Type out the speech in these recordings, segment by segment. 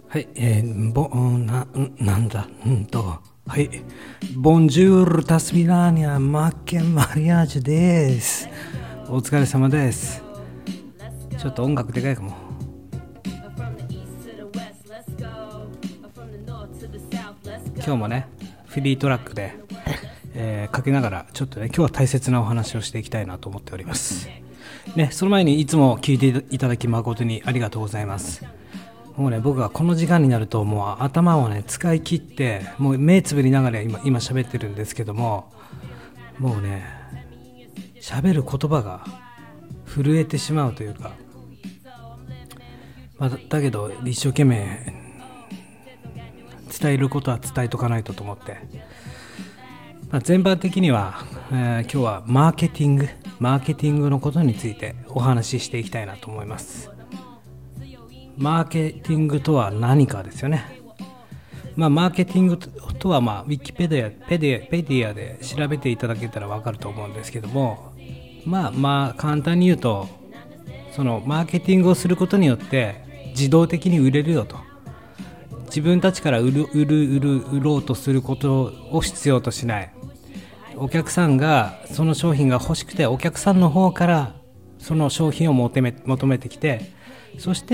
はい、なんだ、はい、ボンジュール、タスミラーニャ、マッケンマリアージュです。お疲れ様です。ちょっと音楽でかいかも。今日もね、フリートラックで、かけながら、ちょっとね、今日は大切なお話をしていきたいなと思っております。ね、その前にいつも聞いていただき誠にありがとうございます。もうね、僕はこの時間になるともう頭をね使い切って、もう目つぶりながら今喋ってるんですけども、もうね喋る言葉が震えてしまうというか、だけど一生懸命伝えることは伝えとかないとと思って、全般的には、今日はマーケティングのことについてお話ししていきたいなと思います。マーケティングとは何かですよね。マーケティングとは、ウィキペディアで調べていただけたら分かると思うんですけども、簡単に言うと、そのマーケティングをすることによって自動的に売れるよと。自分たちから売ろうとすることを必要としない。お客さんがその商品が欲しくて、お客さんの方からその商品を求めてきて、そして、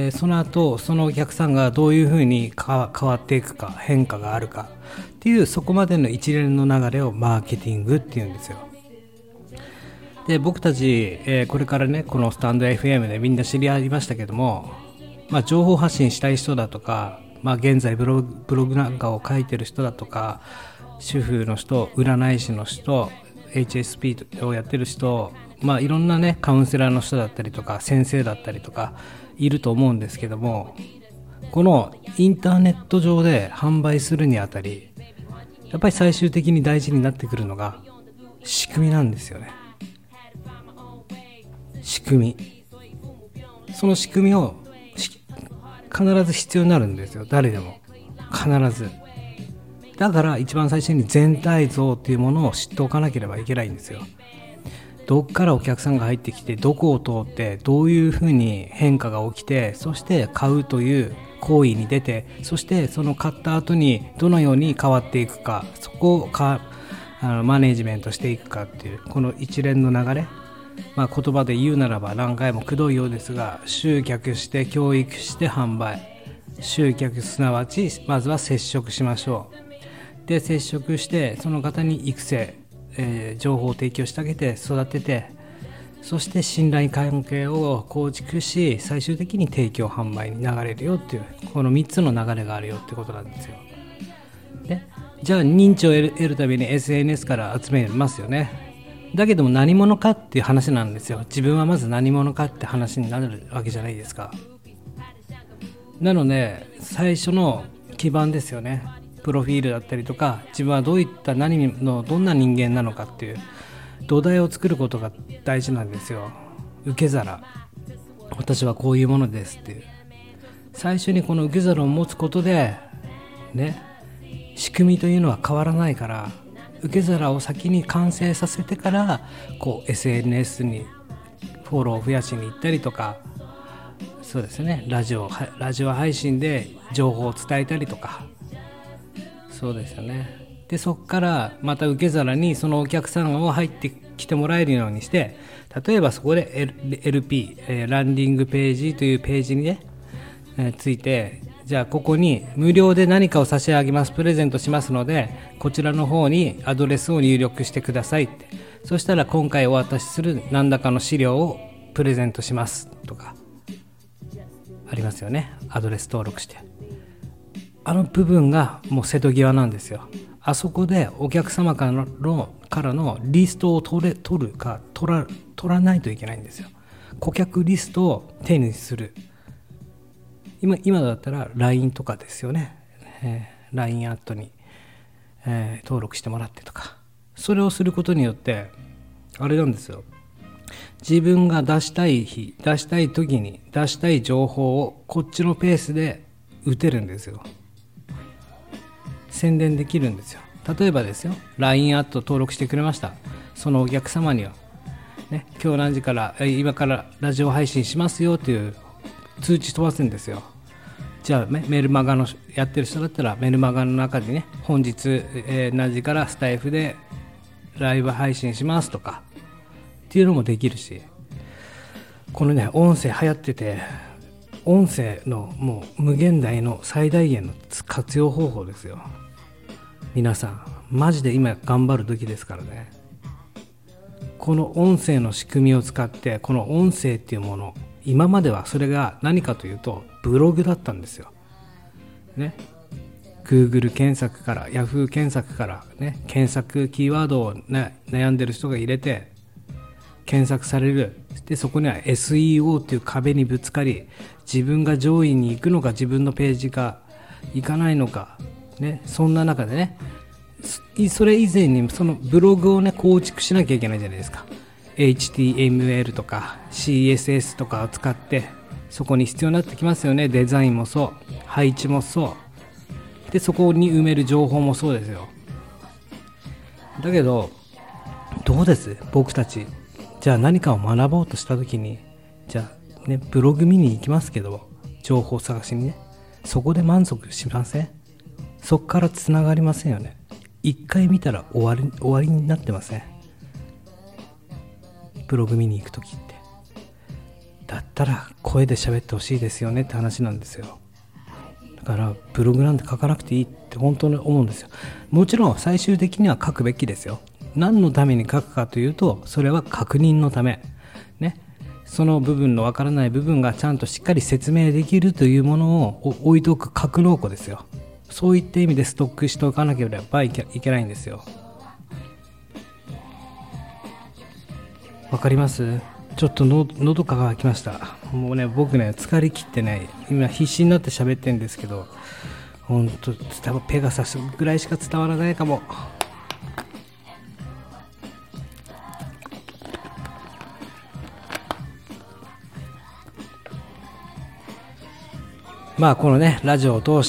その後そのお客さんがどういうふうに変わっていくか、変化があるかっていう、そこまでの一連の流れをマーケティングっていうんですよ。で、僕たち、これからね、このスタンド FM でみんな知り合いましたけども、情報発信したい人だとか、現在ブログなんかを書いてる人だとか、主婦の人、占い師の人、 HSP をやってる人、いろんなね、カウンセラーの人だったりとか先生だったりとかいると思うんですけども、このインターネット上で販売するにあたり、やっぱり最終的に大事になってくるのが仕組みなんですよね。仕組み、その仕組みを必ず必要になるんですよ。誰でも必ず。だから一番最初に全体像っていうものを知っておかなければいけないんですよ。どっからお客さんが入ってきて、どこを通ってどういうふうに変化が起きて、そして買うという行為に出て、そしてその買った後にどのように変わっていくか、そこをマネジメントしていくかっていう、この一連の流れ、言葉で言うならば何回もくどいようですが、集客して教育して販売。集客すなわちまずは接触しましょう。で、接触してその方に育成、情報を提供してあげて育てて、そして信頼関係を構築し、最終的に提供販売に流れるよっていう、この3つの流れがあるよってことなんですよ。で、じゃあ認知を得るために SNS から集めますよね。だけども何者かっていう話なんですよ。自分はまず何者かって話になるわけじゃないですか。なので最初の基盤ですよね。プロフィールだったりとか、自分はどんな人間なのかっていう土台を作ることが大事なんですよ。受け皿、私はこういうものですっていう、最初にこの受け皿を持つことでね、仕組みというのは変わらないから、受け皿を先に完成させてから、SNS にフォローを増やしに行ったりとか、そうですね、ラジオ配信で情報を伝えたりとか、そうですよね。で、そこからまた受け皿にそのお客さんを入ってきてもらえるようにして、例えばそこで LP、ランディングページというページにね、ついて、じゃあここに無料で何かを差し上げます、プレゼントしますので、こちらの方にアドレスを入力してくださいって。そしたら今回お渡しする何らかの資料をプレゼントしますとかありますよね。アドレス登録して、あの部分がもう瀬戸際なんですよ。あそこでお客様からのリストを取るか取らないといけないんですよ。顧客リストを手にする。今だったら LINE とかですよね。LINE アットに、登録してもらってとか、それをすることによってあれなんですよ。自分が出したい時に出したい情報をこっちのペースで打てるんですよ。宣伝できるんですよ。例えばですよ、 LINE アット登録してくれました。そのお客様には、ね、今日何時から今からラジオ配信しますよという通知飛ばすんですよ。 じゃあメルマガのやってる人だったらメルマガの中でね、本日、何時からスタイフでライブ配信しますとかっていうのもできるし、このね音声流行ってて、音声のもう無限大の最大限の活用方法ですよ。皆さんマジで今頑張る時ですからね。この音声の仕組みを使って、この音声っていうもの、今まではそれが何かというとブログだったんですよね。 Google 検索から Yahoo 検索からね、検索キーワードを、ね、悩んでる人が入れて検索される。でそこには SEO っていう壁にぶつかり、自分が上位に行くのか自分のページか行かないのかね、そんな中でね、それ以前にそのブログをね構築しなきゃいけないじゃないですか。 HTML とか CSS とかを使ってそこに必要になってきますよね。デザインもそう配置もそうで、そこに埋める情報もそうですよ。だけどどうです、僕たちじゃあ何かを学ぼうとした時に、じゃあねブログ見に行きますけど、情報探しにね、そこで満足しません？そこからつながりませんよね。一回見たら終わりになってません？ブログ見に行くときって。だったら声で喋ってほしいですよねって話なんですよ。だからブログなんて書かなくていいって本当に思うんですよ。もちろん最終的には書くべきですよ。何のために書くかというと、それは確認のためね。その部分のわからない部分がちゃんとしっかり説明できるというものを置いておく格納庫ですよ。そういった意味でストックしておかなければいけないんですよ。わかります？ちょっと喉がきました。もうね、僕ね疲れ切ってね、今必死になって喋ってるんですけど、ほんと多分ペガサスぐらいしか伝わらないかも。まあこのねラジオを通して、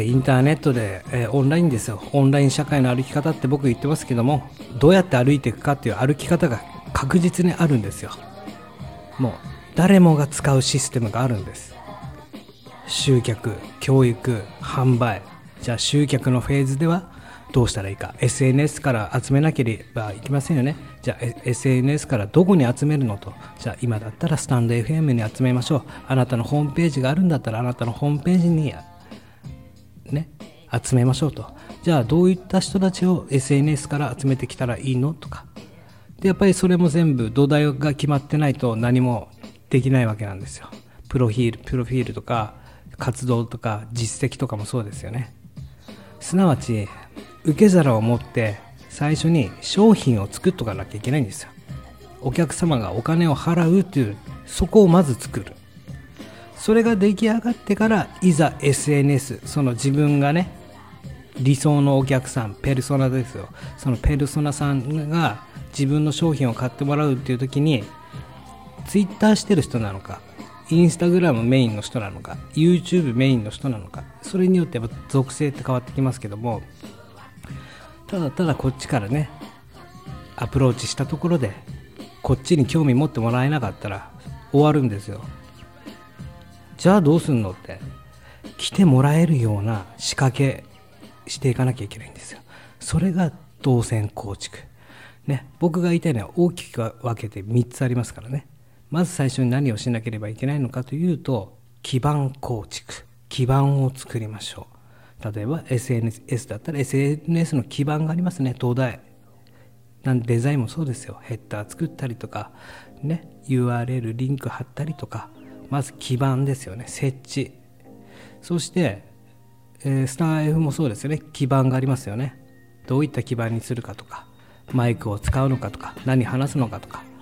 インターネットで、オンラインですよ。オンライン社会の歩き方って僕言ってますけども、どうやって歩いていくかっていう歩き方が確実にあるんですよ。もう誰もが使うシステムがあるんです。集客、教育、販売。じゃあ集客のフェーズではどうしたらいいか。 SNS から集めなければいけませんよね。じゃあ SNS からどこに集めるのと。じゃあ今だったらスタンド FM に集めましょう。あなたのホームページがあるんだったらあなたのホームページにね集めましょうと。じゃあどういった人たちを SNS から集めてきたらいいのとか。でやっぱりそれも全部土台が決まってないと何もできないわけなんですよ。プロフィールとか活動とか実績とかもそうですよね。すなわち受け皿を持って最初に商品を作っとかなきゃいけないんですよ。お客様がお金を払うっていう、そこをまず作る。それが出来上がってからいざ SNS、 その自分がね理想のお客さん、ペルソナですよ。そのペルソナさんが自分の商品を買ってもらうっていう時に、ツイッターしてる人なのか、インスタグラムメインの人なのか、 YouTube メインの人なのか、それによってやっぱ属性って変わってきますけども、ただただこっちからねアプローチしたところでこっちに興味持ってもらえなかったら終わるんですよ。じゃあどうすんのって、来てもらえるような仕掛けしていかなきゃいけないんですよ。それが動線構築ね。僕が言いたいのは大きく分けて3つありますからね。まず最初に何をしなければいけないのかというと、基盤構築、基盤を作りましょう。例えば SNS だったら SNS の基盤がありますね。東大なんでデザインもそうですよ。ヘッダー作ったりとかね、 URL リンク貼ったりとか、まず基盤ですよね、設置。そして、スタイフもそうですよね。基盤がありますよね。どういった基盤にするかとか、マイクを使うのかとか、何話すのかとか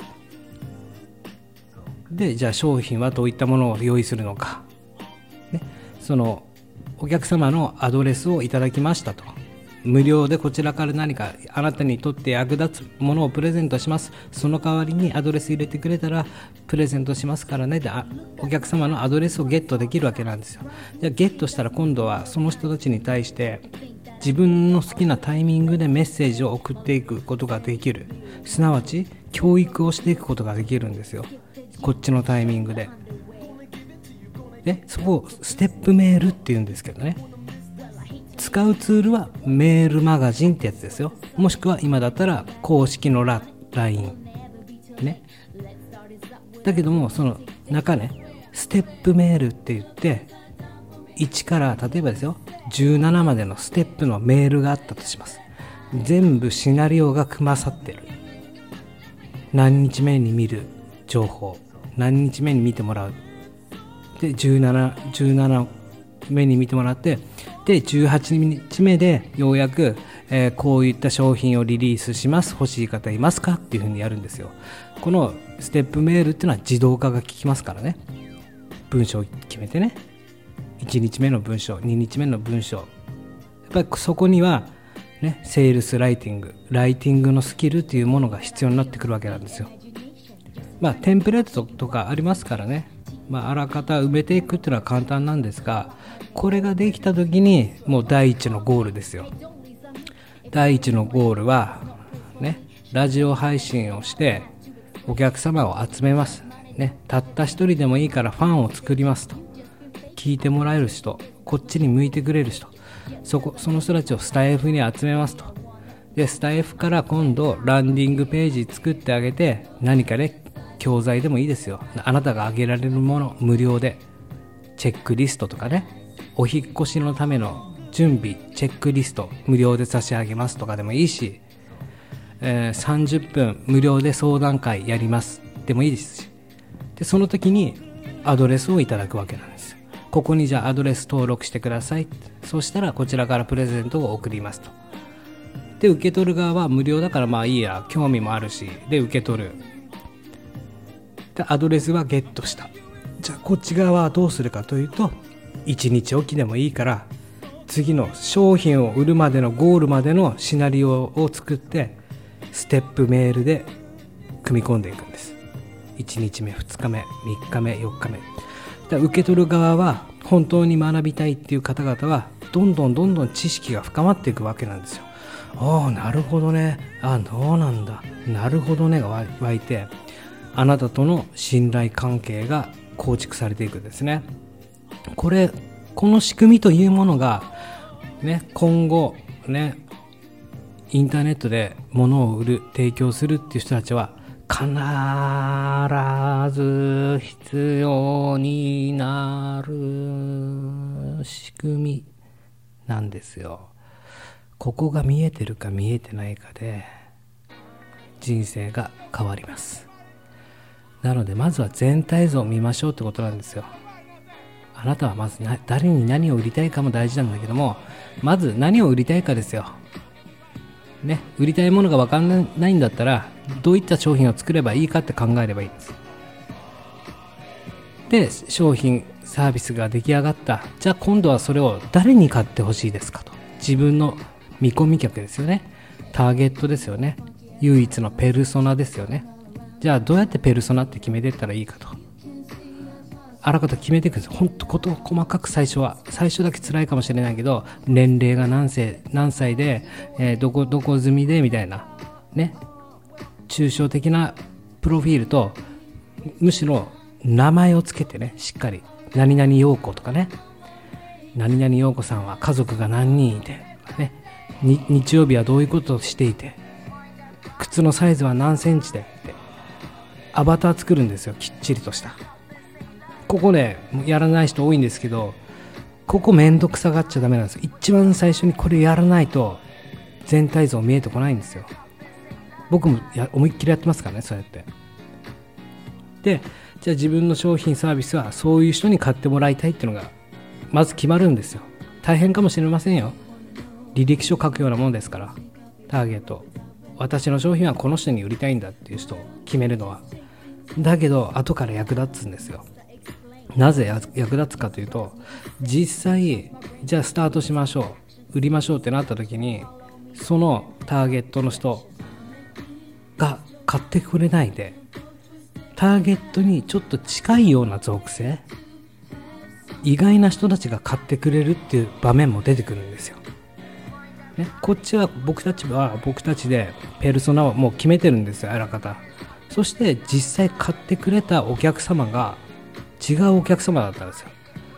で、じゃあ商品はどういったものを用意するのか、ね、そのお客様のアドレスをいただきましたと、無料でこちらから何かあなたにとって役立つものをプレゼントします、その代わりにアドレス入れてくれたらプレゼントしますからねで、お客様のアドレスをゲットできるわけなんですよ。じゃあゲットしたら今度はその人たちに対して自分の好きなタイミングでメッセージを送っていくことができる。すなわち教育をしていくことができるんですよ、こっちのタイミングで。 でそこをステップメールっていうんですけどね、使うツールはメールマガジンってやつですよ。もしくは今だったら公式の LINE ね。だけどもその中ね、ステップメールって言って1から例えばですよ17までのステップのメールがあったとします。全部シナリオが組まさってる。何日目に見る情報、何日目に見てもらうで17目に見てもらって、で18日目でようやく、こういった商品をリリースします、欲しい方いますかっていう風にやるんですよ。このステップメールっていうのは自動化が効きますからね。文章を決めてね、1日目の文章、2日目の文章、やっぱりそこにはね、セールスライティングのスキルっていうものが必要になってくるわけなんですよ。まあテンプレートとかありますからね、あらかた埋めていくっていうのは簡単なんですが、これができた時にもう第一のゴールですよ。第一のゴールはね、ラジオ配信をしてお客様を集めますね。たった一人でもいいからファンを作りますと。聞いてもらえる人、こっちに向いてくれる人、その人たちをスタイフに集めますと。でスタイフから今度ランディングページ作ってあげて、何かね教材でもいいですよ。あなたが挙げられるもの無料で、チェックリストとかね、お引っ越しのための準備チェックリスト無料で差し上げますとかでもいいし、30分無料で相談会やりますでもいいですし、でその時にアドレスをいただくわけなんですよ。ここにじゃあアドレス登録してください。そしたらこちらからプレゼントを送りますと。で受け取る側は無料だからまあいいや、興味もあるし、で受け取る。でアドレスはゲットした。じゃあこっち側はどうするかというと、1日おきでもいいから次の商品を売るまでのゴールまでのシナリオを作ってステップメールで組み込んでいくんです。1日目、2日目、3日目、4日目。受け取る側は本当に学びたいっていう方々はどんどん知識が深まっていくわけなんですよ。ああなるほどね、あどうなんだ、なるほどねが湧いて、あなたとの信頼関係が構築されていくんですね。この仕組みというものがね、今後ね、インターネットで物を売る、提供するっていう人たちは必ず必要になる仕組みなんですよ。ここが見えてるか見えてないかで人生が変わります。なのでまずは全体像を見ましょうってことなんですよ。あなたはまず誰に何を売りたいかも大事なんだけども、まず何を売りたいかですよ。ね、売りたいものが分かんないんだったらどういった商品を作ればいいかって考えればいいんです。で商品サービスが出来上がった。じゃあ今度はそれを誰に買ってほしいですかと。自分の見込み客ですよね。ターゲットですよね。唯一のペルソナですよね。じゃあどうやってペルソナって決めていったらいいかと。あらかた決めていくんですよ。ほんとこと細かく最初だけ辛いかもしれないけど、年齢が何歳で、どこ済みでみたいなね、抽象的なプロフィールと、むしろ名前をつけてね、しっかり何々陽子とかね、何々陽子さんは家族が何人いて、ね、日曜日はどういうことをしていて、靴のサイズは何センチでってアバター作るんですよ。きっちりとした。ここねやらない人多いんですけど、ここめんどくさがっちゃダメなんですよ。一番最初にこれやらないと全体像見えてこないんですよ。僕も思いっきりやってますからね、そうやって。でじゃあ自分の商品サービスはそういう人に買ってもらいたいっていうのがまず決まるんですよ。大変かもしれませんよ。履歴書書くようなものですから。ターゲット、私の商品はこの人に売りたいんだっていう人を決めるのは。だけど後から役立つんですよ。なぜ役立つかというと、実際じゃあスタートしましょう、売りましょうってなった時に、そのターゲットの人が買ってくれないで、ターゲットにちょっと近いような属性、意外な人たちが買ってくれるっていう場面も出てくるんですよ、ね、こっちは僕たちでペルソナをもう決めてるんですよ、あらかた。そして実際買ってくれたお客様が違うお客様だったんですよ。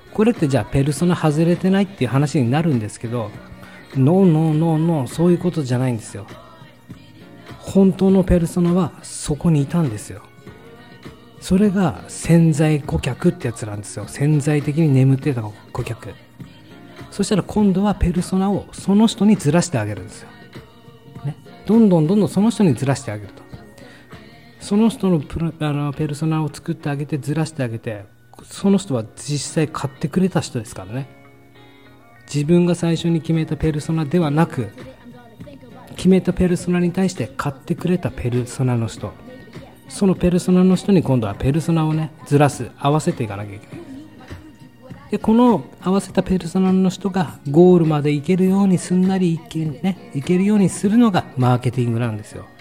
これってじゃあペルソナ外れてないっていう話になるんですけど、ノーノーノーノー、そういうことじゃないんですよ。本当のペルソナはそこにいたんですよ。それが潜在顧客ってやつなんですよ。潜在的に眠ってた顧客。そしたら今度はペルソナをその人にずらしてあげるんですよ、ね、どんどんその人にずらしてあげると、その人のペルソナを作ってあげてずらしてあげて、その人は実際買ってくれた人ですからね。自分が最初に決めたペルソナではなく、決めたペルソナに対して買ってくれたペルソナの人、そのペルソナの人に今度はペルソナをねずらす、合わせていかなきゃいけない。でこの合わせたペルソナの人がゴールまで行けるようにすんなり行けるようにするのがマーケティングなんですよ。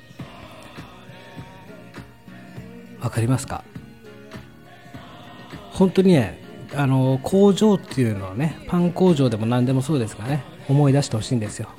わかりますか？本当にね、工場っていうのはね、パン工場でも何でもそうですがね、思い出してほしいんですよ。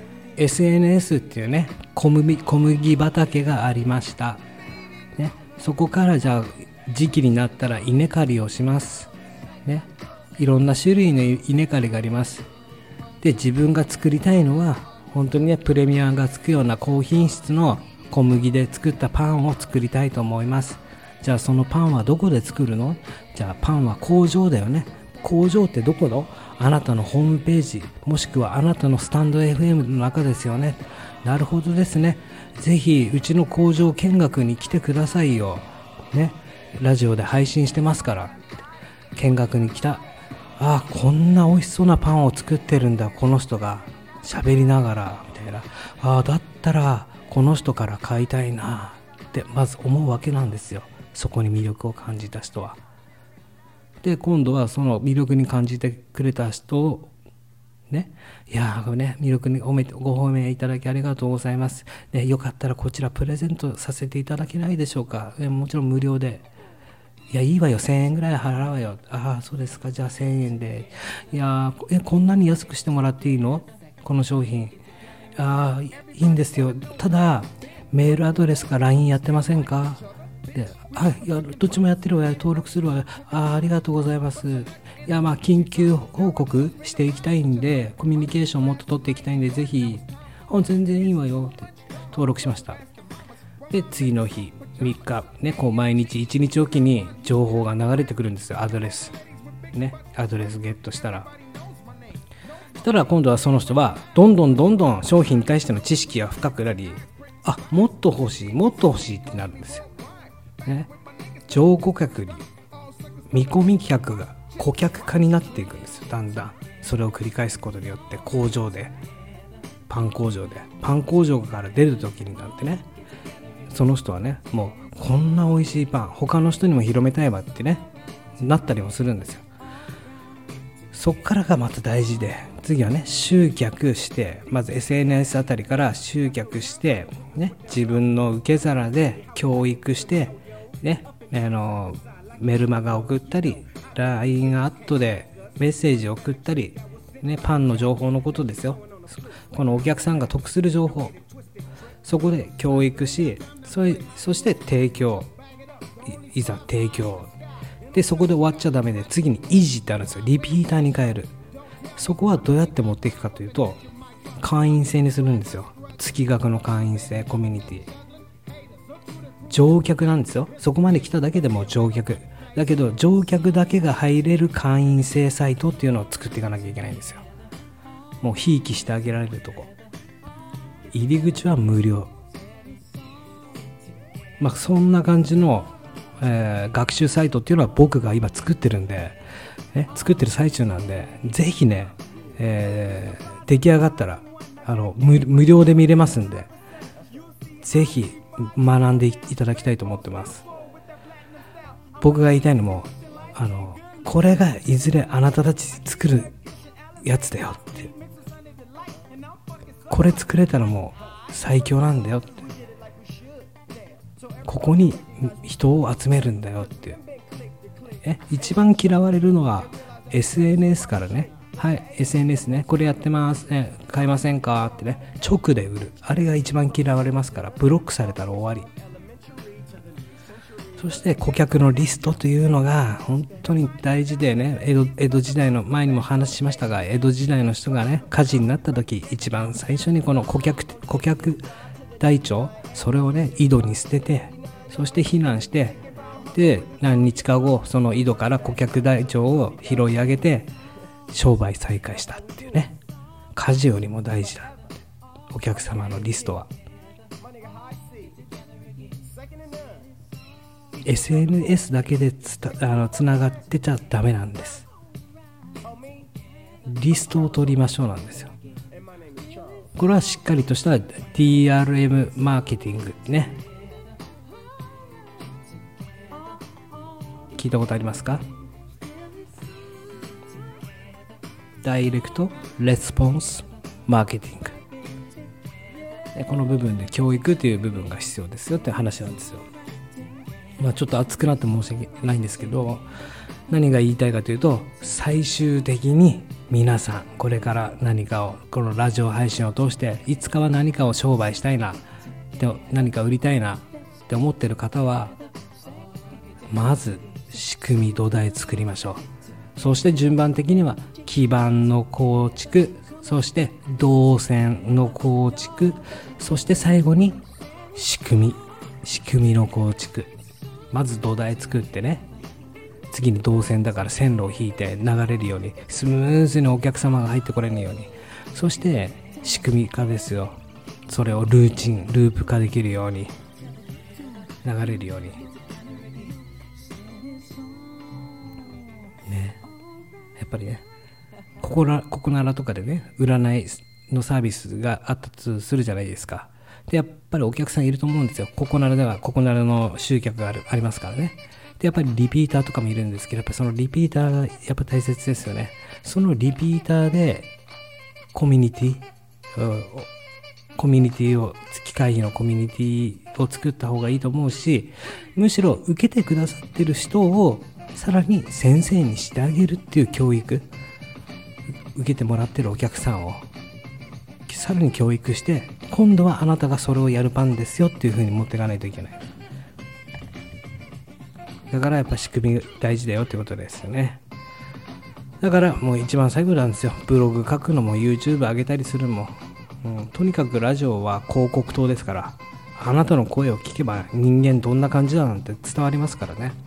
SNS っていうね、小麦畑がありました、ね、そこからじゃあ時期になったら稲刈りをしますね、いろんな種類の稲刈りがあります。で自分が作りたいのは本当にねプレミアがつくような高品質の小麦で作ったパンを作りたいと思います。じゃあそのパンはどこで作るの？じゃあパンは工場だよね。工場ってどこの？あなたのホームページ、もしくはあなたのスタンド FM の中ですよね。なるほどですね。ぜひうちの工場見学に来てくださいよね。ラジオで配信してますから。見学に来た。ああ、こんな美味しそうなパンを作ってるんだこの人が、喋りながらみたいな。ああ、だったらこの人から買いたいなってまず思うわけなんですよ。そこに魅力を感じた人は。で今度はその魅力に感じてくれた人をね、いやーね、魅力にご褒めいただきありがとうございます、ね、よかったらこちらプレゼントさせていただけないでしょうか。もちろん無料で。いやいいわよ、1000円ぐらい払うわよ。ああそうですか、じゃあ1000円で。いやこんなに安くしてもらっていいのこの商品。ああいいんですよ、ただメールアドレスか LINE やってませんか。で、いやどっちもやってるわよ、登録するわよ。ありがとうございます。いや緊急報告していきたいんで、コミュニケーションもっと取っていきたいんで、ぜひ。全然いいわよって登録しました。で次の日3日ね、こう毎日1日おきに情報が流れてくるんですよ。アドレスゲットしたら、今度はその人はどんどん商品に対しての知識が深くなり、もっと欲しいってなるんですよ、ね、上顧客に見込み客が顧客化になっていくんですよ。だんだんそれを繰り返すことによって、パン工場から出る時になってね、その人はね、もうこんな美味しいパン他の人にも広めたいわってねなったりもするんですよ。そっからがまた大事で、次はね集客して、まず SNS あたりから集客してね、自分の受け皿で教育してね、メルマガ送ったり LINE アットでメッセージ送ったりね、パンの情報のことですよ。このお客さんが得する情報、そこで教育し、そして提供、いざ提供で、そこで終わっちゃダメで、次に維持ってあるんですよ。リピーターに変える。そこはどうやって持っていくかというと、会員制にするんですよ。月額の会員制コミュニティ、乗客なんですよ。そこまで来ただけでも乗客だけど、乗客だけが入れる会員制サイトっていうのを作っていかなきゃいけないんですよ。もうひいきしてあげられるとこ、入り口は無料。そんな感じの、学習サイトっていうのは僕が今作ってるんで、作ってる最中なんで、ぜひね、出来上がったら無料で見れますんで、ぜひ学んでいただきたいと思ってます。僕が言いたいのも、これがいずれあなたたち作るやつだよって、これ作れたらもう最強なんだよって、ここに人を集めるんだよって。一番嫌われるのは SNS からね、SNS ね、これやってます、買いませんかってね、直で売る、あれが一番嫌われますから、ブロックされたら終わり。 そして顧客のリストというのが本当に大事でね、江戸時代の前にも話しましたが、江戸時代の人がね火事になった時、一番最初にこの顧客台帳、それをね井戸に捨てて、そして避難して、で何日か後その井戸から顧客台帳を拾い上げて商売再開したっていうね。火事よりも大事だ、お客様のリストは。SNS だけでつながってちゃダメなんです。リストを取りましょうなんですよ。これはしっかりとした DRM マーケティングね。聞いたことありますか？ダイレクトレスポンスマーケティング。この部分で教育という部分が必要ですよって話なんですよ。ちょっと熱くなって申し訳ないんですけど、何が言いたいかというと、最終的に皆さんこれから何かを、このラジオ配信を通していつかは何かを商売したいな、何か売りたいなって思ってる方は、まず仕組み土台作りましょう。そして順番的には基盤の構築、そして動線の構築、そして最後に仕組みの構築。まず土台作ってね、次に動線だから線路を引いて流れるように、スムーズにお客様が入ってこれるように、そして仕組み化ですよ。それをループ化できるように、流れるようにね。やっぱりね、ここならとかでね、占いのサービスがあったとするじゃないですか。でやっぱりお客さんいると思うんですよ。ここならではここならの集客がありますからね。でやっぱりリピーターとかもいるんですけど、やっぱりそのリピーターがやっぱ大切ですよね。そのリピーターでコミュニティを、月会費のコミュニティを作った方がいいと思うし、むしろ受けてくださってる人をさらに先生にしてあげるっていう教育、受けてもらってるお客さんをさらに教育して、今度はあなたがそれをやる番ですよっていう風に持っていかないといけない。だからやっぱ仕組み大事だよってことですよね。だからもう一番最後なんですよ。ブログ書くのも YouTube 上げたりするのも、とにかくラジオは広告塔ですから、あなたの声を聞けば人間どんな感じだなんて伝わりますからね。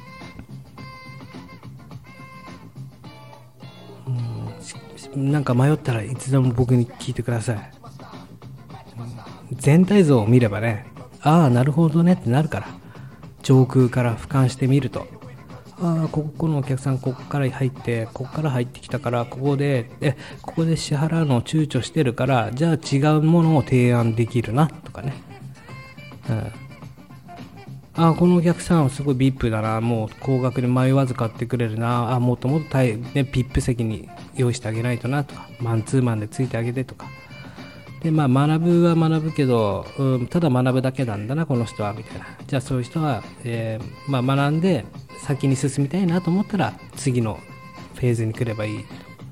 なんか迷ったらいつでも僕に聞いてください。全体像を見ればね、ああなるほどねってなるから。上空から俯瞰してみると、ああここのお客さんここから入ってきたから、ここで支払うのを躊躇してるから、じゃあ違うものを提案できるなとかね。ああこのお客さんはすごい VIP だな、もう高額に迷わず買ってくれるな、もっともっとVIP 席に用意してあげないとなとか、マンツーマンでついてあげてとかで、学ぶは学ぶけど、ただ学ぶだけなんだなこの人はみたいな。じゃあそういう人は、学んで先に進みたいなと思ったら次のフェーズに来ればいい。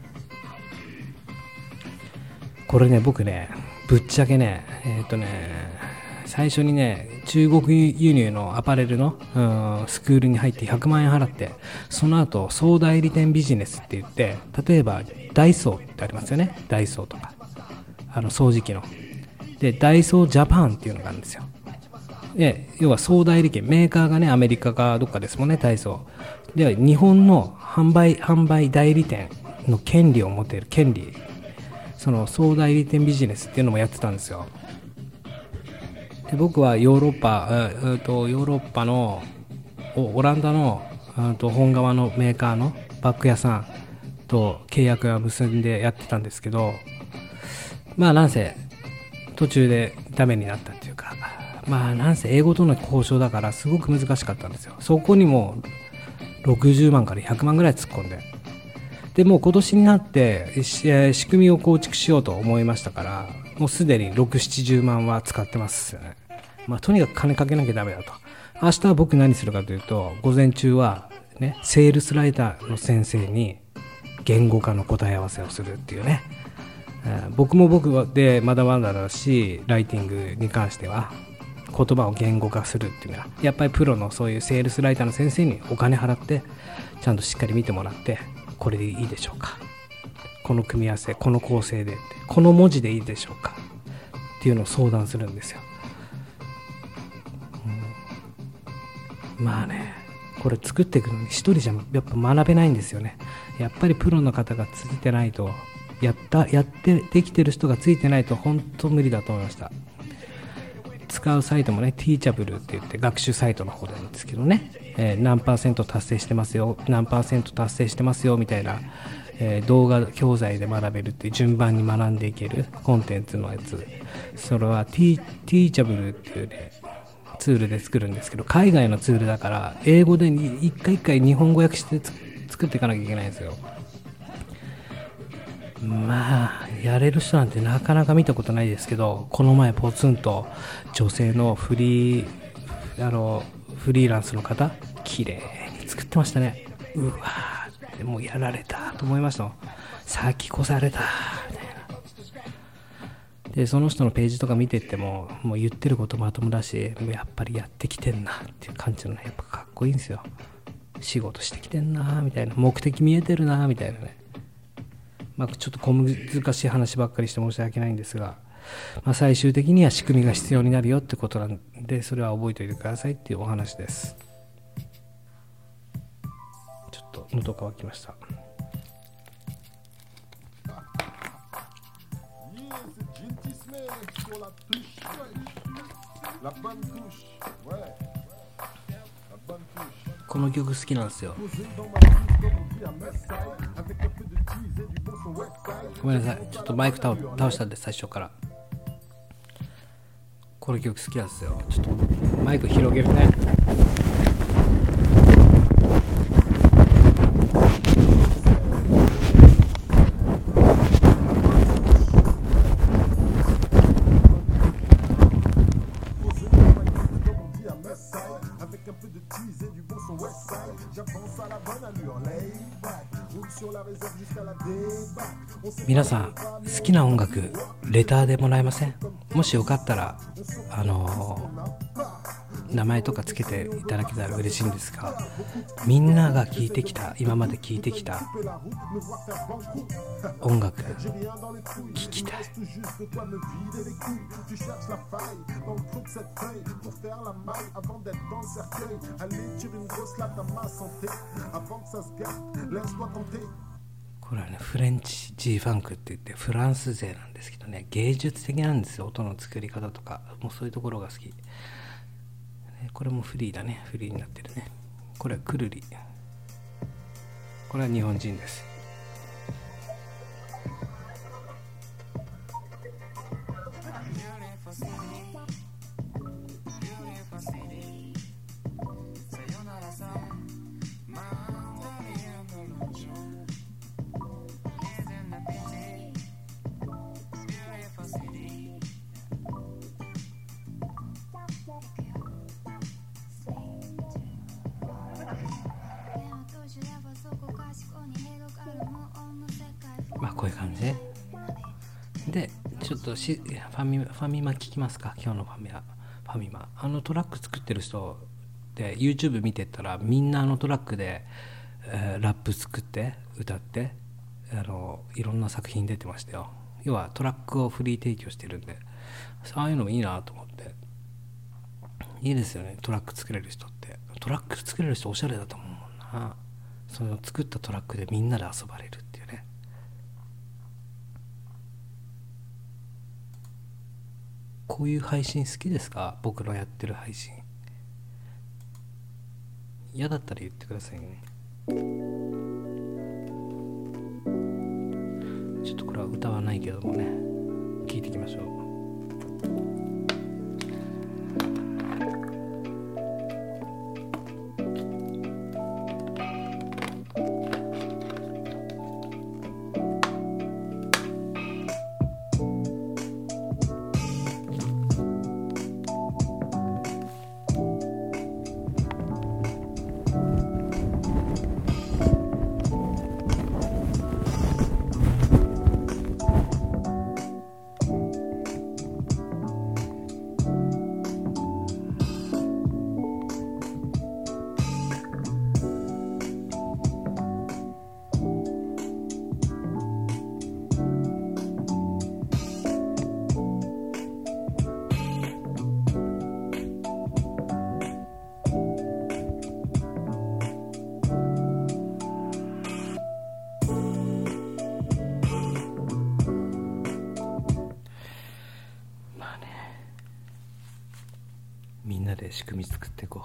これね、僕ね、ぶっちゃけね、最初にね、中国輸入のアパレルの、スクールに入って100万円払って、その後総代理店ビジネスって言って、例えばダイソーってありますよね。ダイソーとか掃除機ので、ダイソージャパンっていうのがあるんですよ。で要は総代理権、メーカーがねアメリカかどっかですもんね、ダイソーで。日本の販売代理店の権利を持っている、その総代理店ビジネスっていうのもやってたんですよ。で僕はヨーロッパのオランダの本側のメーカーのバッグ屋さんと契約を結んでやってたんですけど、なんせ途中でダメになったっていうか、なんせ英語との交渉だからすごく難しかったんですよ。そこにも60万から100万ぐらい突っ込んで、でもう今年になって仕組みを構築しようと思いましたから、もうすでに6、70万は使ってますよね。とにかく金かけなきゃダメだと。明日は僕何するかというと、午前中はね、セールスライターの先生に言語化の答え合わせをするっていうね。僕でまだまだだし、ライティングに関しては言葉を言語化するっていうのはやっぱりプロのそういうセールスライターの先生にお金払ってちゃんとしっかり見てもらって、これでいいでしょうか、この組み合わせ、この構成で、この文字でいいでしょうかっていうのを相談するんですよ。まあね、これ作っていくのに一人じゃやっぱ学べないんですよね。やっぱりプロの方がついてないと、やってできてる人がついてないと本当無理だと思いました。使うサイトもね、Teachable って言って学習サイトの方なんですけどね、何%達成してますよ、何%達成してますよみたいな、動画教材で学べるっていう順番に学んでいけるコンテンツのやつ、それは Teachable っていうねツールで作るんですけど、海外のツールだから英語で一回一回日本語訳して作っていかなきゃいけないんですよ。まあやれる人なんてなかなか見たことないですけど、この前ポツンと女性のフリーランスの方綺麗に作ってましたね。うわー、もうやられたと思いました。先越されたみたいな。でその人のページとか見てっても、もう言ってることまともだし、やっぱりやってきてんなっていう感じのね、やっぱかっこいいんですよ。仕事してきてんなみたいな、目的見えてるなみたいなね。ちょっと小難しい話ばっかりして申し訳ないんですが、最終的には仕組みが必要になるよってことなんで、それは覚えておいてくださいっていうお話です。ちょっと喉乾きました。この曲好きなんですよ。ごめんなさい、ちょっとマイク倒したんで最初から。この曲好きなんですよ。ちょっとマイク広げるね。皆さん好きな音楽レターでもらえません？もしよかったら名前とかつけていただけたら嬉しいんですが、みんなが聴いてきた、今まで聴いてきた音楽聴きたい。これはね、フレンチ G ファンクって言ってフランス勢なんですけどね、芸術的なんですよ。音の作り方とかもうそういうところが好き。これもフリーだね、フリーになってるね。これはくるり、これは日本人です。こういう感じで、ちょっとファミマ聞きますか。今日のファミマトラック作ってる人で YouTube 見てったら、みんなトラックで、ラップ作って歌っていろんな作品出てましたよ。要はトラックをフリー提供してるんで、そういうのもいいなと思って。いいですよね、トラック作れる人って。トラック作れる人おしゃれだと思うもんな。その作ったトラックでみんなで遊ばれるっていうね。こういう配信好きですか？僕のやってる配信。嫌だったら言ってくださいね。ちょっとこれは歌はないけどもね、聞いていきましょう。 仕組み作っていこ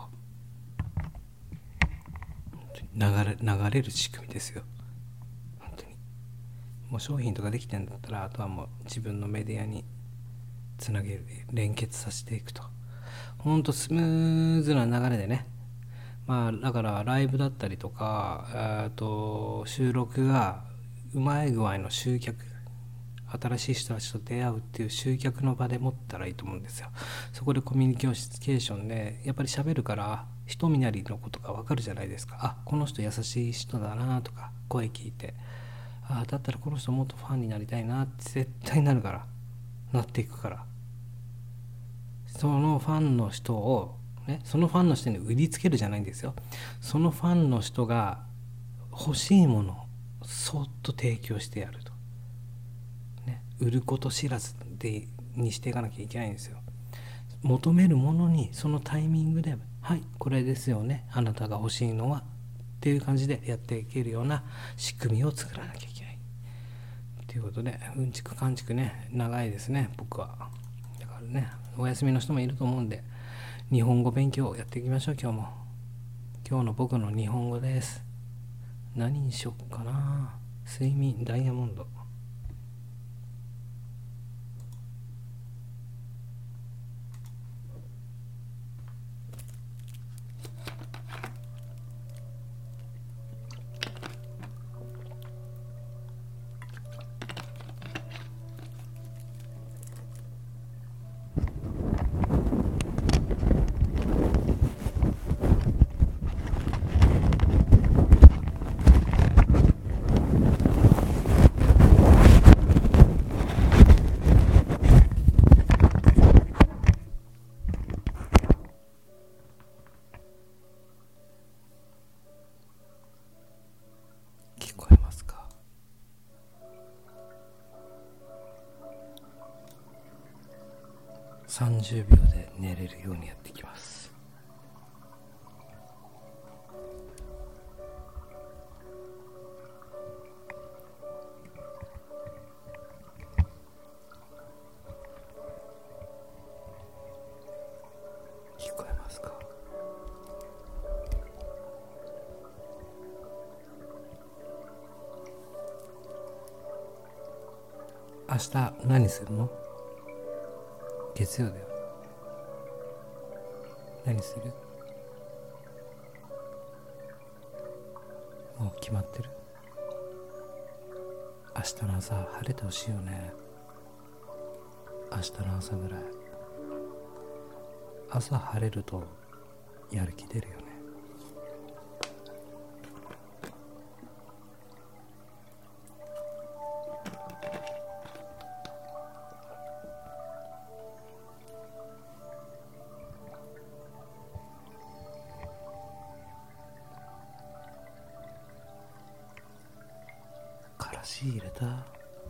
う。流れる仕組みですよ本当に。もう商品とかできてんだったら、あとはもう自分のメディアにつなげる、連結させていくと、ほんとスムーズな流れでね。まあだからライブだったりとか、収録がうまい具合の集客、新しい人たちと出会うっていう集客の場で持ったらいいと思うんですよ。そこでコミュニケーションでやっぱり喋るから人見なりのことがわかるじゃないですか。あ、この人優しい人だなとか声聞いて、あ、だったらこの人もっとファンになりたいなって絶対なるから、なっていくから。そのファンの人をね、そのファンの人に売りつけるじゃないんですよ。そのファンの人が欲しいものをそっと提供してやると、ね、売ること知らずでにしていかなきゃいけないんですよ。求めるものにそのタイミングで、はい、これですよね、あなたが欲しいのはっていう感じでやっていけるような仕組みを作らなきゃいけないということで、うんちくかんちくね、長いですね僕は。だからね、お休みの人もいると思うんで、日本語勉強をやっていきましょう。今日も。今日の僕の日本語です。何にしよっかな。睡眠ダイヤモンド。聞こえますか。30秒で寝れるようにやっていきます。聞こえますか。明日何するの。月曜だよ。何する。もう決まってる。明日の朝晴れてほしいよね。明日の朝ぐらい。朝晴れるとやる気出るよね。からし入れた。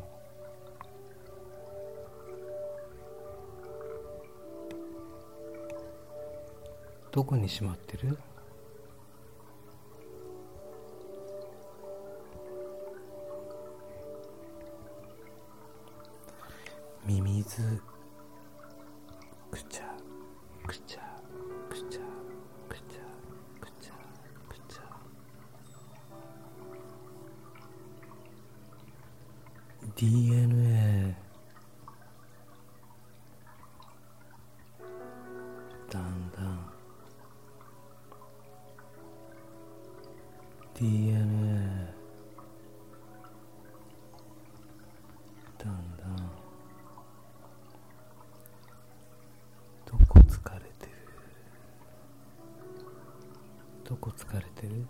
どこにしまってる。ミミズくちゃくちゃくちゃくちゃくちゃくちゃ。 DNA だんだん DNA だんだん。どこ疲れてる。どこ疲れてる。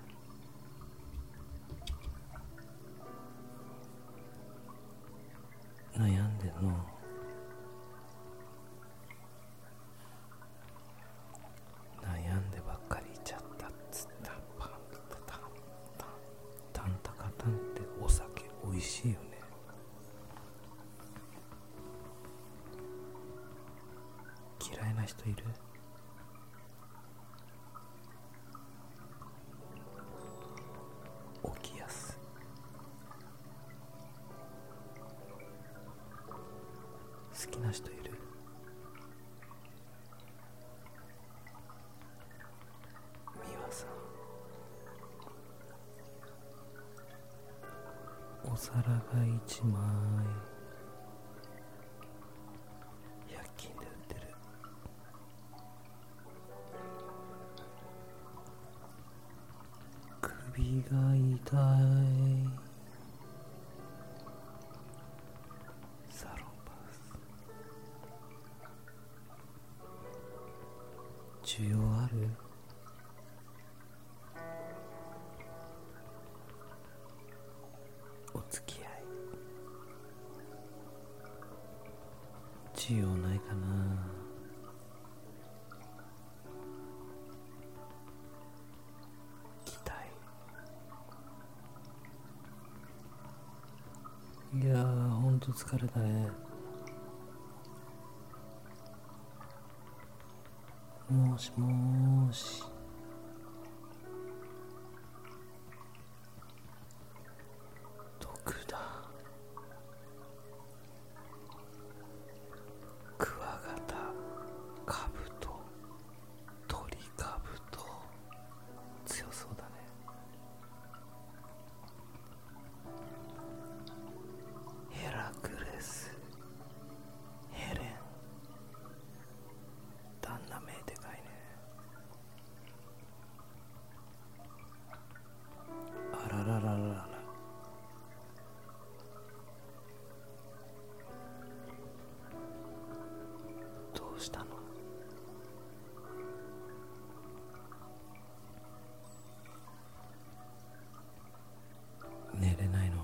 悩んでんの。悩んでばっかりいちゃったっつった。パンタタンタンタンタカタンってお酒美味しいよね。嫌いな人いる。起きやす。好きな人いる。 さん、お皿が1枚100均で売ってる。首が痛い。サロンパス、需要ある？お付き合い需要ないかな。期待。いやー、ほんと疲れたね。もしもーし。毒だ。クワガタ、カブト、鳥カブト、強そうだね。ヘラクレス、ヘレン、旦那名でかいね。あららららら。どうしたの？寝れないの？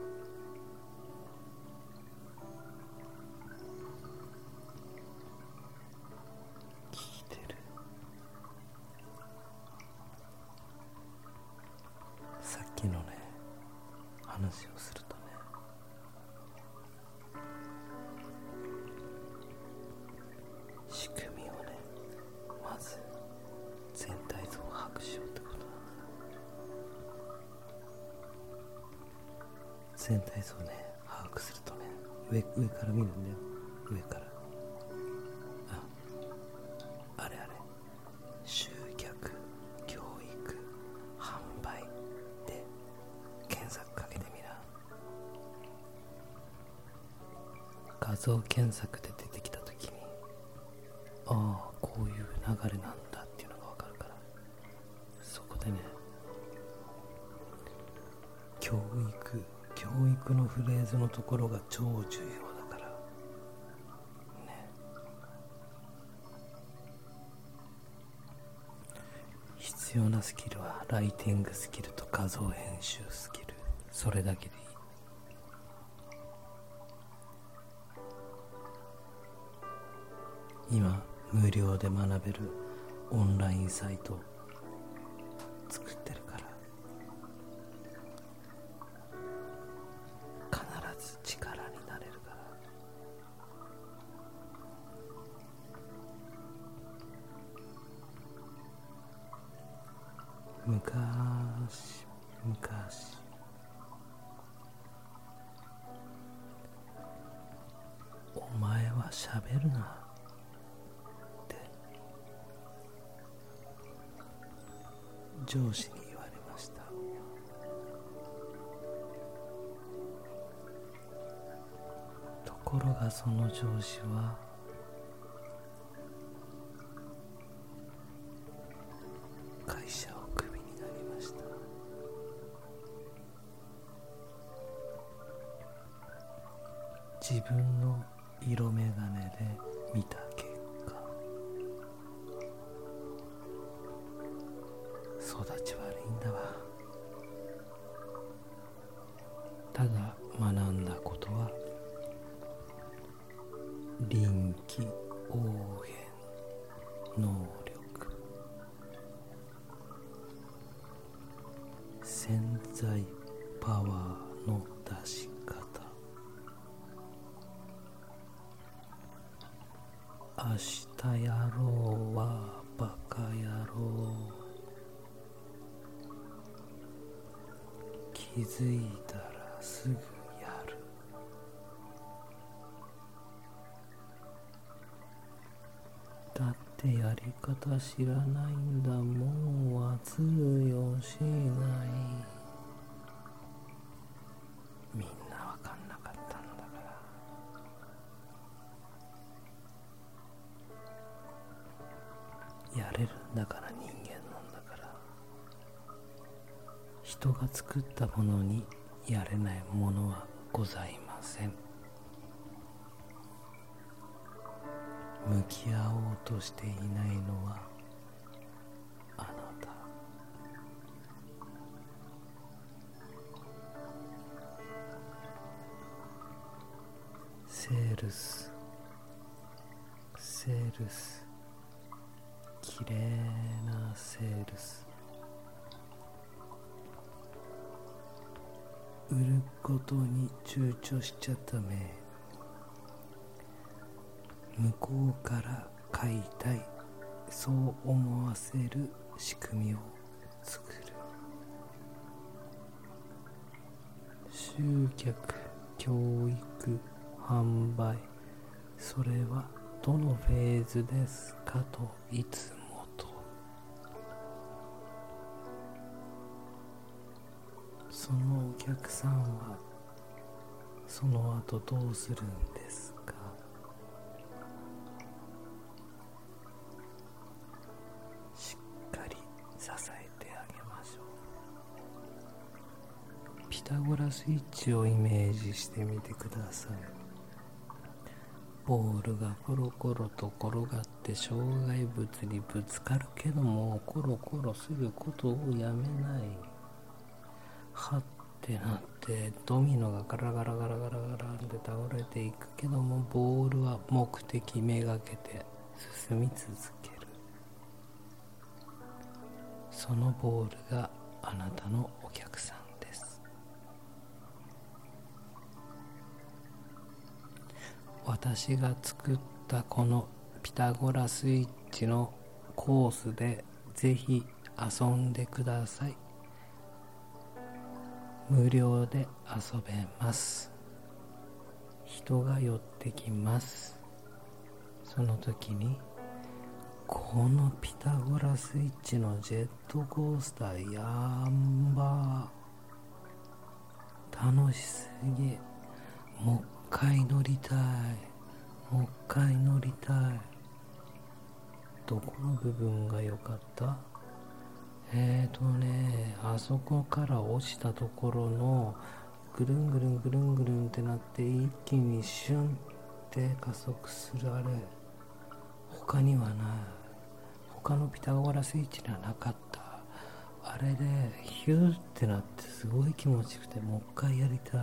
聞いてる。さっきのね、話をするとね、仕組みをね、まず全体像を把握しようってことなんだ。全体像をね、把握するとね、上から見るんだよ。上から。あれ集客、教育、販売で検索かけてみな。画像検索で出てきたときに、ああ、こういう流れなんだっていうのがわかるから、そこでね、教育のフレーズのところが超重要だからね。必要なスキルはライティングスキルと画像編集スキル、それだけでいい。今無料で学べるオンラインサイト作ってるから、必ず力になれるから。昔お前は喋るなって上司に言われました。ところがその上司は会社をクビになりました。自分の色眼鏡で見た結果、育ち悪いんだわ。ただ学んだことは、臨機応変能力、潜在パワーの出し方、明日やろうはバカ野郎、気づいたらすぐやる。だってやり方知らないんだもん、わざ通用しない。みんなわかんなかったんだから。やれるんだから人間なんだから。人が作ったものにやれないものはございません。向き合おうとしていないのはあなた。セールス、セールス、きれいなセールス。売ることに躊躇しちゃダメ。向こうから買いたい、そう思わせる仕組みを作る。集客、教育、販売、それはどのフェーズですかといつもと。そのお客さんはその後どうするんですか。しっかり支えてあげましょう。ピタゴラスイッチをイメージしてみてください。ボールがコロコロと転がって障害物にぶつかるけども、コロコロすることをやめない。はってなってドミノがガラガラガラガラガラって倒れていくけども、ボールは目的めがけて進み続ける。そのボールがあなたのお客さんです。私が作ったこのピタゴラスイッチのコースでぜひ遊んでください。無料で遊べます。人が寄ってきます。その時にこのピタゴラスイッチのジェットコースターやんば楽しすぎ、もう一回乗りたい、もう一回乗りたい。どこの部分が良かった？あそこから落ちたところのぐるんぐるんぐるんぐるんってなって一気にシュンって加速するあれ、他にはない。他のピタゴラスイッチにはなかった。あれでヒューってなってすごい気持ちよくて、もう一回やりたい。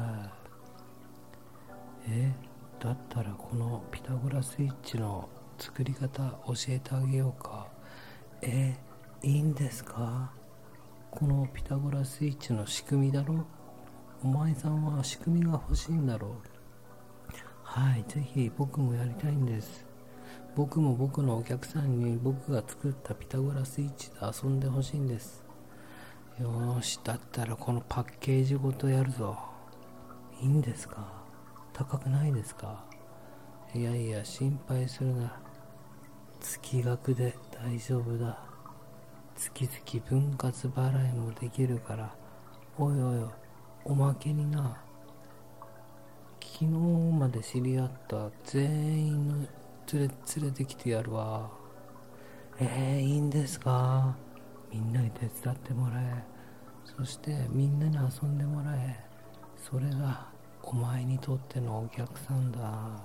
だったらこのピタゴラスイッチの作り方教えてあげようか。いいんですか？このピタゴラスイッチの仕組みだろ。お前さんは仕組みが欲しいんだろう。はい、ぜひ僕もやりたいんです。僕も僕のお客さんに僕が作ったピタゴラスイッチで遊んでほしいんです。よーし、だったらこのパッケージごとやるぞ。いいんですか？高くないですか？いやいや、心配するな。月額で大丈夫だ。月々分割払いもできるから。おいおい、おまけにな、昨日まで知り合った全員の連れてきてやるわ。いいんですか？みんなに手伝ってもらえ、そしてみんなに遊んでもらえ。それがお前にとってのお客さんだ。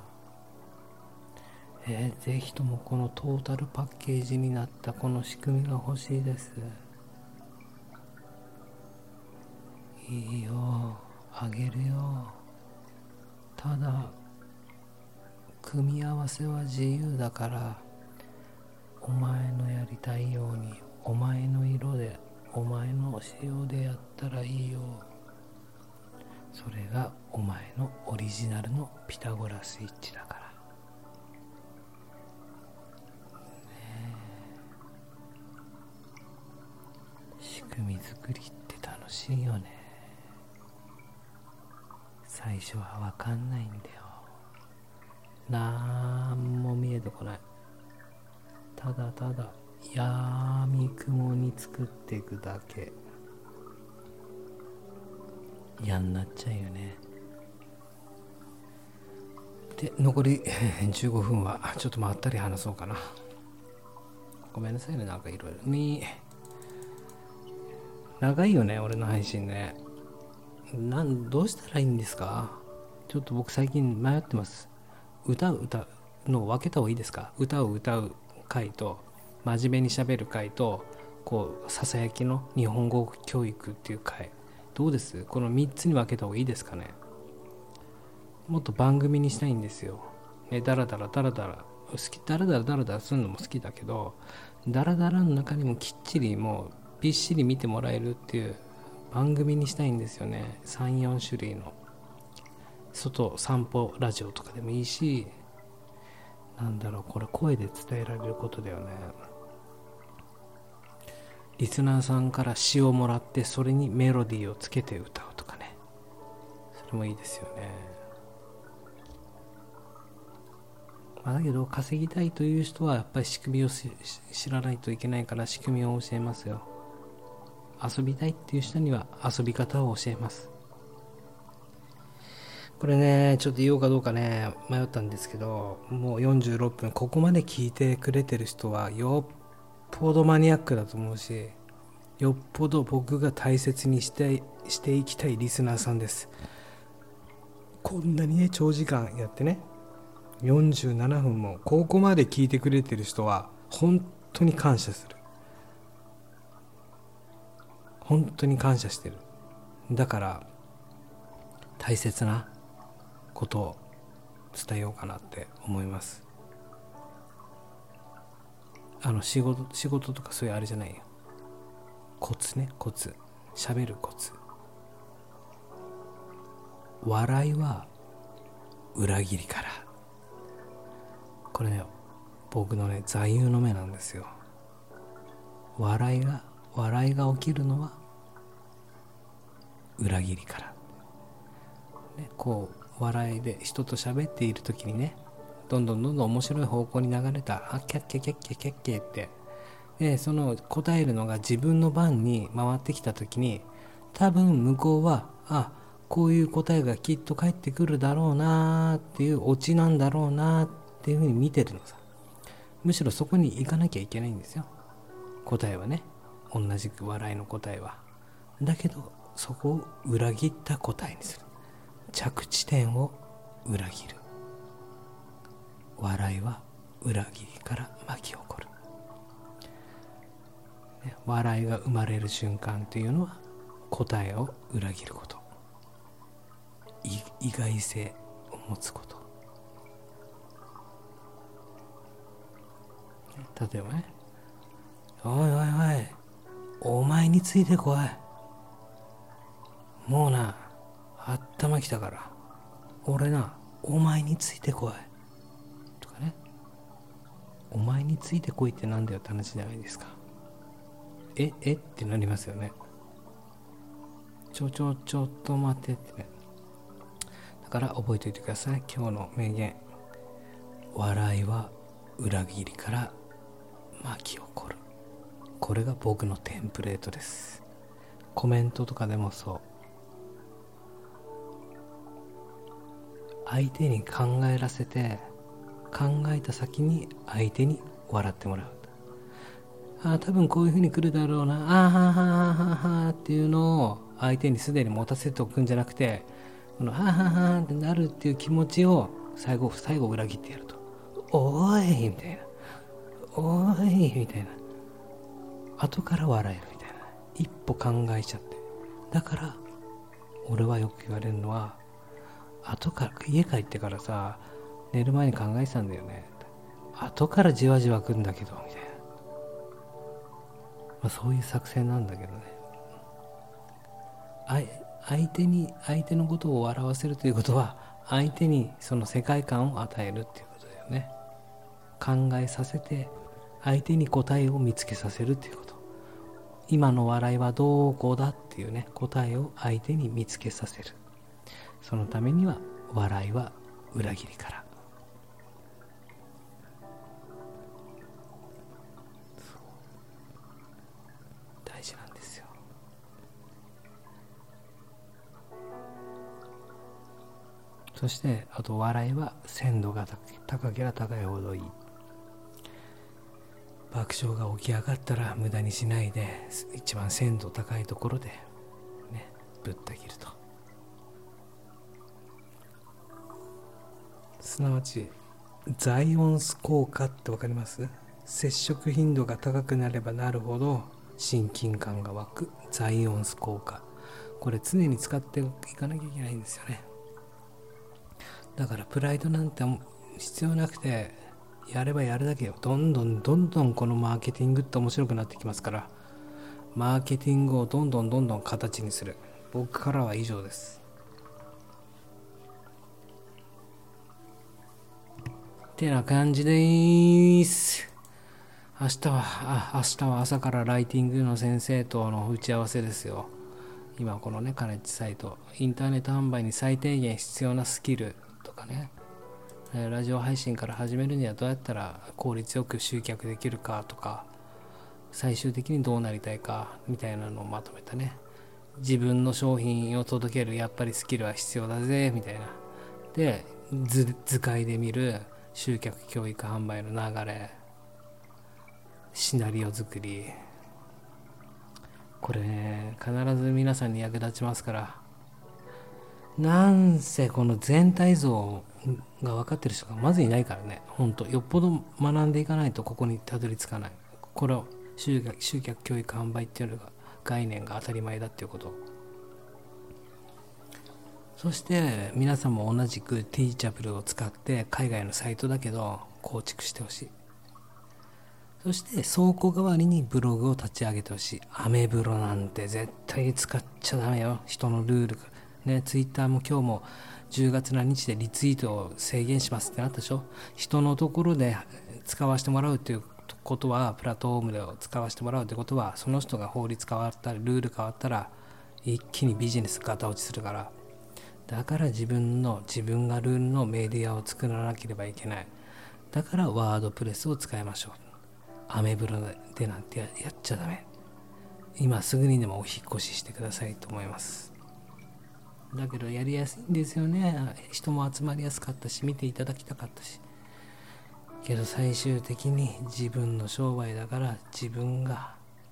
ぜひともこのトータルパッケージになったこの仕組みが欲しいです。いいよ、あげるよ。ただ組み合わせは自由だから、お前のやりたいように、お前の色で、お前の仕様でやったらいいよ。それがお前のオリジナルのピタゴラスイッチだから。仕組み作りって楽しいよね。最初はわかんないんだよ。なんも見えてこない。ただただ闇雲に作っていくだけ。嫌になっちゃうよね。で、残り15分はちょっとまったり話そうかな。ごめんなさいね、なんかいろいろ長いよね、俺の配信ね。どうしたらいいんですか？ちょっと僕最近迷ってます。歌うのを分けた方がいいですか？歌を歌う回と真面目に喋る回と、こうささやきの日本語教育っていう回、どうです？この3つに分けた方がいいですかね？もっと番組にしたいんですよ。ね、ダラダラ好き、ダラダラするのも好きだけど、ダラダラの中にもきっちりもうびっしり見てもらえるっていう番組にしたいんですよね。3、4種類の外散歩ラジオとかでもいいし、これ声で伝えられることだよね。リスナーさんから詩をもらってそれにメロディーをつけて歌うとかね、それもいいですよね。だけど稼ぎたいという人はやっぱり仕組みを知らないといけないから、仕組みを教えますよ。遊びたいっていう人には遊び方を教えます。これね、ちょっと言おうかどうかね迷ったんですけど、もう46分、ここまで聞いてくれてる人はよっぽどマニアックだと思うし、よっぽど僕が大切にしていきたいリスナーさんです。こんなにね長時間やってね、47分もここまで聞いてくれてる人は本当に感謝する。本当に感謝してる。だから大切なことを伝えようかなって思います。仕事とかそういうあれじゃないよ。コツね、コツ。喋るコツ。笑いは裏切りから。これね、僕のね座右の銘なんですよ。笑いが起きるのは裏切りから。ね、こう笑いで人と喋っている時にね、どんどん面白い方向に流れた、キャッキャキャッキャキャッキャって、でその答えるのが自分の番に回ってきた時に、多分向こうはこういう答えがきっと返ってくるだろうなっていうオチなんだろうなっていうふうに見てるのさ。むしろそこに行かなきゃいけないんですよ、答えはね。同じく笑いの答えは。だけどそこを裏切った答えにする。着地点を裏切る。笑いは裏切りから巻き起こる。笑いが生まれる瞬間というのは答えを裏切ること、意外性を持つこと。例えばね、おいおいおい、お前についてこい、もうな頭きたから俺な、お前についてこいとかね。お前についてこいってなんだよって話じゃないですか。えってなりますよね。ちょっと待ってってね。だから覚えておいてください、今日の名言。笑いは裏切りから巻き起こる。これが僕のテンプレートです。コメントとかでもそう。相手に考えらせて、考えた先に相手に笑ってもらう。多分こういう風に来るだろうな、ははははっていうのを相手にすでに持たせておくんじゃなくて、このはははってなるっていう気持ちを最後裏切ってやると。おーいみたいな、おーいみたいな、後から笑えるみたいな、一歩考えちゃって。だから俺はよく言われるのは、後から家帰ってからさ、寝る前に考えてたんだよね、後からじわじわ来るんだけどみたいな、そういう作戦なんだけどね。相手のことを笑わせるということは、相手にその世界観を与えるっていうことだよね。考えさせて相手に答えを見つけさせるっていうこと。今の笑いはどこだっていうね、答えを相手に見つけさせる。そのためには笑いは裏切りから。 大事なんですよ。そしてあと笑いは鮮度が高ければ高いほどいい。爆笑が起き上がったら無駄にしないで一番鮮度高いところでねぶった切ると、すなわちザイオンス効果って分かります？接触頻度が高くなればなるほど親近感が湧くザイオンス効果、これ常に使っていかなきゃいけないんですよね。だからプライドなんて必要なくて、やればやるだけよ。どんどんこのマーケティングって面白くなってきますから、マーケティングをどんどん形にする。僕からは以上です。てな感じでーす。明日は朝からライティングの先生との打ち合わせですよ。今このねカレッジサイト、インターネット販売に最低限必要なスキルとかね、ラジオ配信から始めるにはどうやったら効率よく集客できるかとか、最終的にどうなりたいかみたいなのをまとめたね、自分の商品を届けるやっぱりスキルは必要だぜみたいなで、図解で見る集客教育販売の流れ、シナリオ作り、これね必ず皆さんに役立ちますから。なんせこの全体像が分かってる人がまずいないからね。ほんとよっぽど学んでいかないとここにたどり着かない。これを集客教育販売っていうのが概念が当たり前だっていうこと。そして皆さんも同じくティーチャブルを使って海外のサイトだけど構築してほしい。そして倉庫代わりにブログを立ち上げてほしい。アメブロなんて絶対使っちゃダメよ。人のルールがね、ツイッターも今日も10月何日でリツイートを制限しますってなったでしょ。人のところで使わせてもらうということは、プラットフォームで使わせてもらうということは、その人が法律変わったりルール変わったら一気にビジネスガタ落ちするから。だから自分がルールのメディアを作らなければいけない。だからワードプレスを使いましょう。アメブロでなんてやっちゃダメ。今すぐにでもお引越ししてくださいと思います。だけどやりやすいんですよね。人も集まりやすかったし、見ていただきたかったし。けど最終的に自分の商売だから、自分が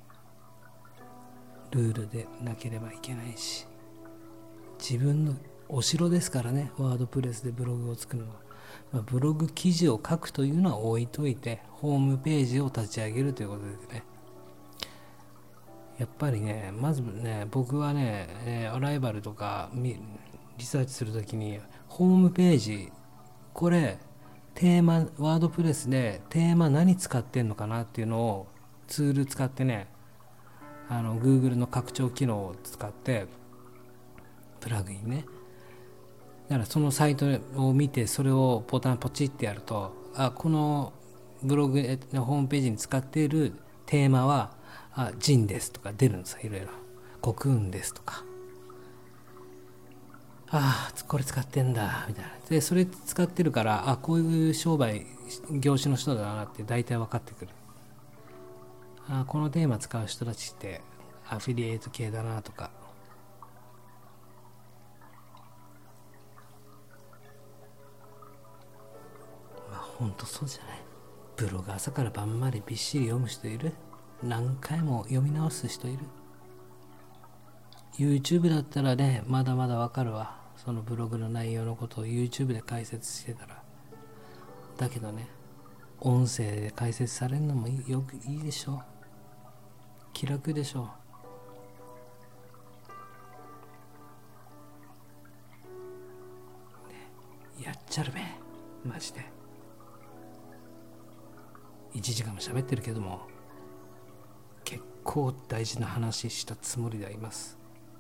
ルールでなければいけないし、自分のお城ですからね、ワードプレスでブログを作るのは。ブログ記事を書くというのは置いといて、ホームページを立ち上げるということでね、やっぱりね、まずね、僕はね、アライバルとかリサーチするときに、ホームページ、これ、テーマ、ワードプレスでテーマ何使ってんのかなっていうのをツール使ってね、Google の拡張機能を使って、プラグインね。だからそのサイトを見て、それをボタンポチってやると、このブログのホームページに使っているテーマは、ジンですとか出るんですよ、いろいろ。コクーンですとか。これ使ってんだ、みたいな。で、それ使ってるから、こういう業種の人だなって大体分かってくる。このテーマ使う人たちってアフィリエイト系だなとか。ほんとそうじゃない。ブログ朝から晩までびっしり読む人いる？何回も読み直す人いる？ YouTube だったらね、まだまだわかるわ。そのブログの内容のことを YouTube で解説してたら。だけどね、音声で解説されるのもいいでしょ。気楽でしょ。やっちゃるべ、マジで。1時間も喋ってるけども、結構大事な話したつもりではいます。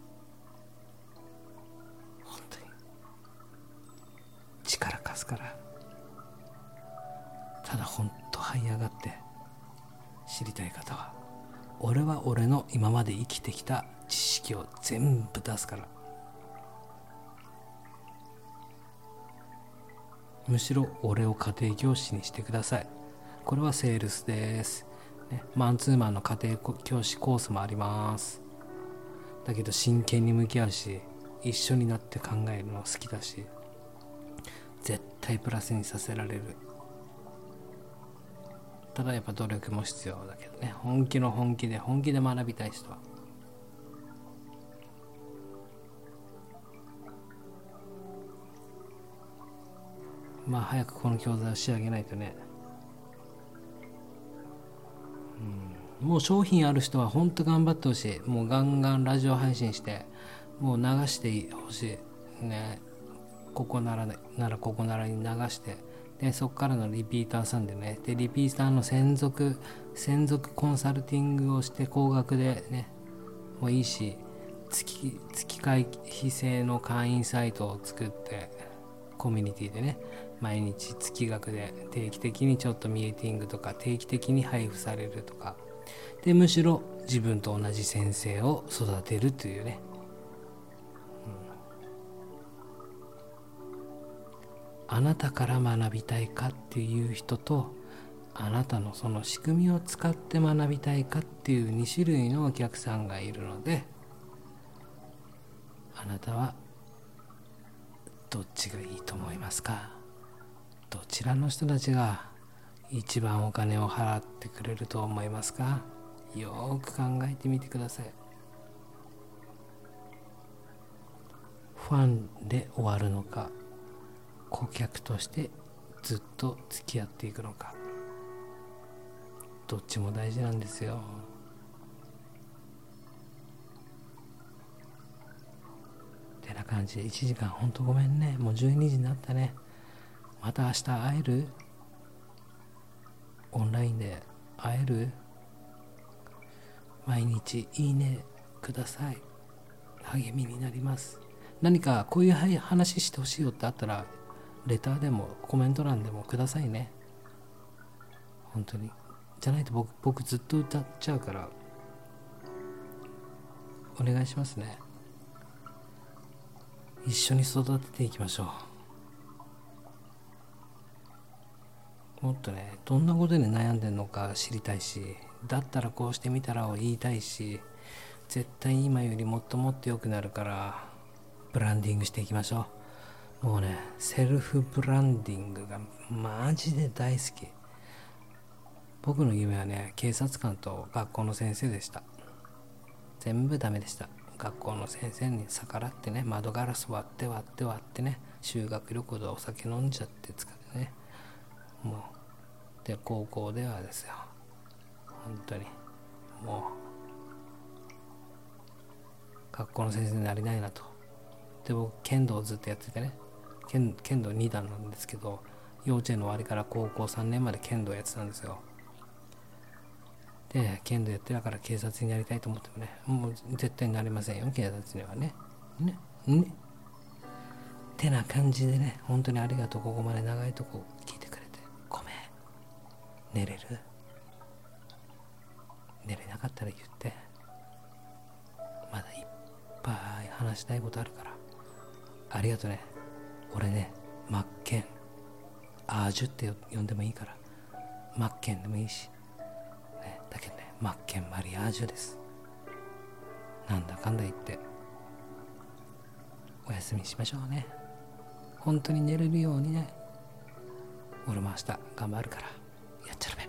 本当に力貸すから。ただ本当這い上がって知りたい方は、俺は俺の今まで生きてきた知識を全部出すから。むしろ俺を家庭教師にしてください。これはセールスです。 ね、マンツーマンの家庭教師コースもあります。だけど真剣に向き合うし、一緒になって考えるの好きだし、絶対プラスにさせられる。ただやっぱ努力も必要だけどね、本気で学びたい人はまあ早くこの教材を仕上げないとね。もう商品ある人は本当頑張ってほしい。もうガンガンラジオ配信してもう流してほしいね。ここならここならに流して、でそこからのリピーターさんでね、でリピーターの専属コンサルティングをして高額でねもういいし、月会費制の会員サイトを作ってコミュニティでね毎日月額で定期的にちょっとミーティングとか定期的に配布されるとかで、むしろ自分と同じ先生を育てるというね、あなたから学びたいかっていう人と、あなたのその仕組みを使って学びたいかっていう2種類のお客さんがいるので、あなたはどっちがいいと思いますか？どちらの人たちが一番お金を払ってくれると思いますか？よく考えてみてください。ファンで終わるのか、顧客としてずっと付き合っていくのか、どっちも大事なんですよ。てな感じで1時間ほんとごめんね。もう12時になったね。また明日会える？オンラインで会える？毎日いいねください。励みになります。何かこういう話してほしいよってあったらレターでもコメント欄でもくださいね。本当に。じゃないと僕ずっと歌っちゃうからお願いしますね。一緒に育てていきましょう。もっとね、どんなことで悩んでるのか知りたいし、だったらこうしてみたらを言いたいし、絶対今よりもっともっと良くなるからブランディングしていきましょう。もうね、セルフブランディングがマジで大好き。僕の夢はね、警察官と学校の先生でした。全部ダメでした。学校の先生に逆らってね、窓ガラス割ってね、修学旅行でお酒飲んじゃって疲れね、もうで高校ではですよ、本当にもう学校の先生になりたいなと。で僕剣道をずっとやっててね、剣道2段なんですけど、幼稚園の終わりから高校3年まで剣道やってたんですよ。で剣道やってだから警察になりたいと思ってもね、もう絶対になれませんよ、警察にはね。てな感じでね、本当にありがとう。ここまで長いとこ聞いてくれてごめん。寝れる？寝れなかったら言って。まだいっぱい話したいことあるから。ありがとね。俺ね、マッケンアージュって呼んでもいいから、マッケンでもいいし、ね、だけどね、マッケンマリアージュです。なんだかんだ言ってお休みしましょうね。本当に寝れるようにね。俺も明日頑張るからやっちゃるべ。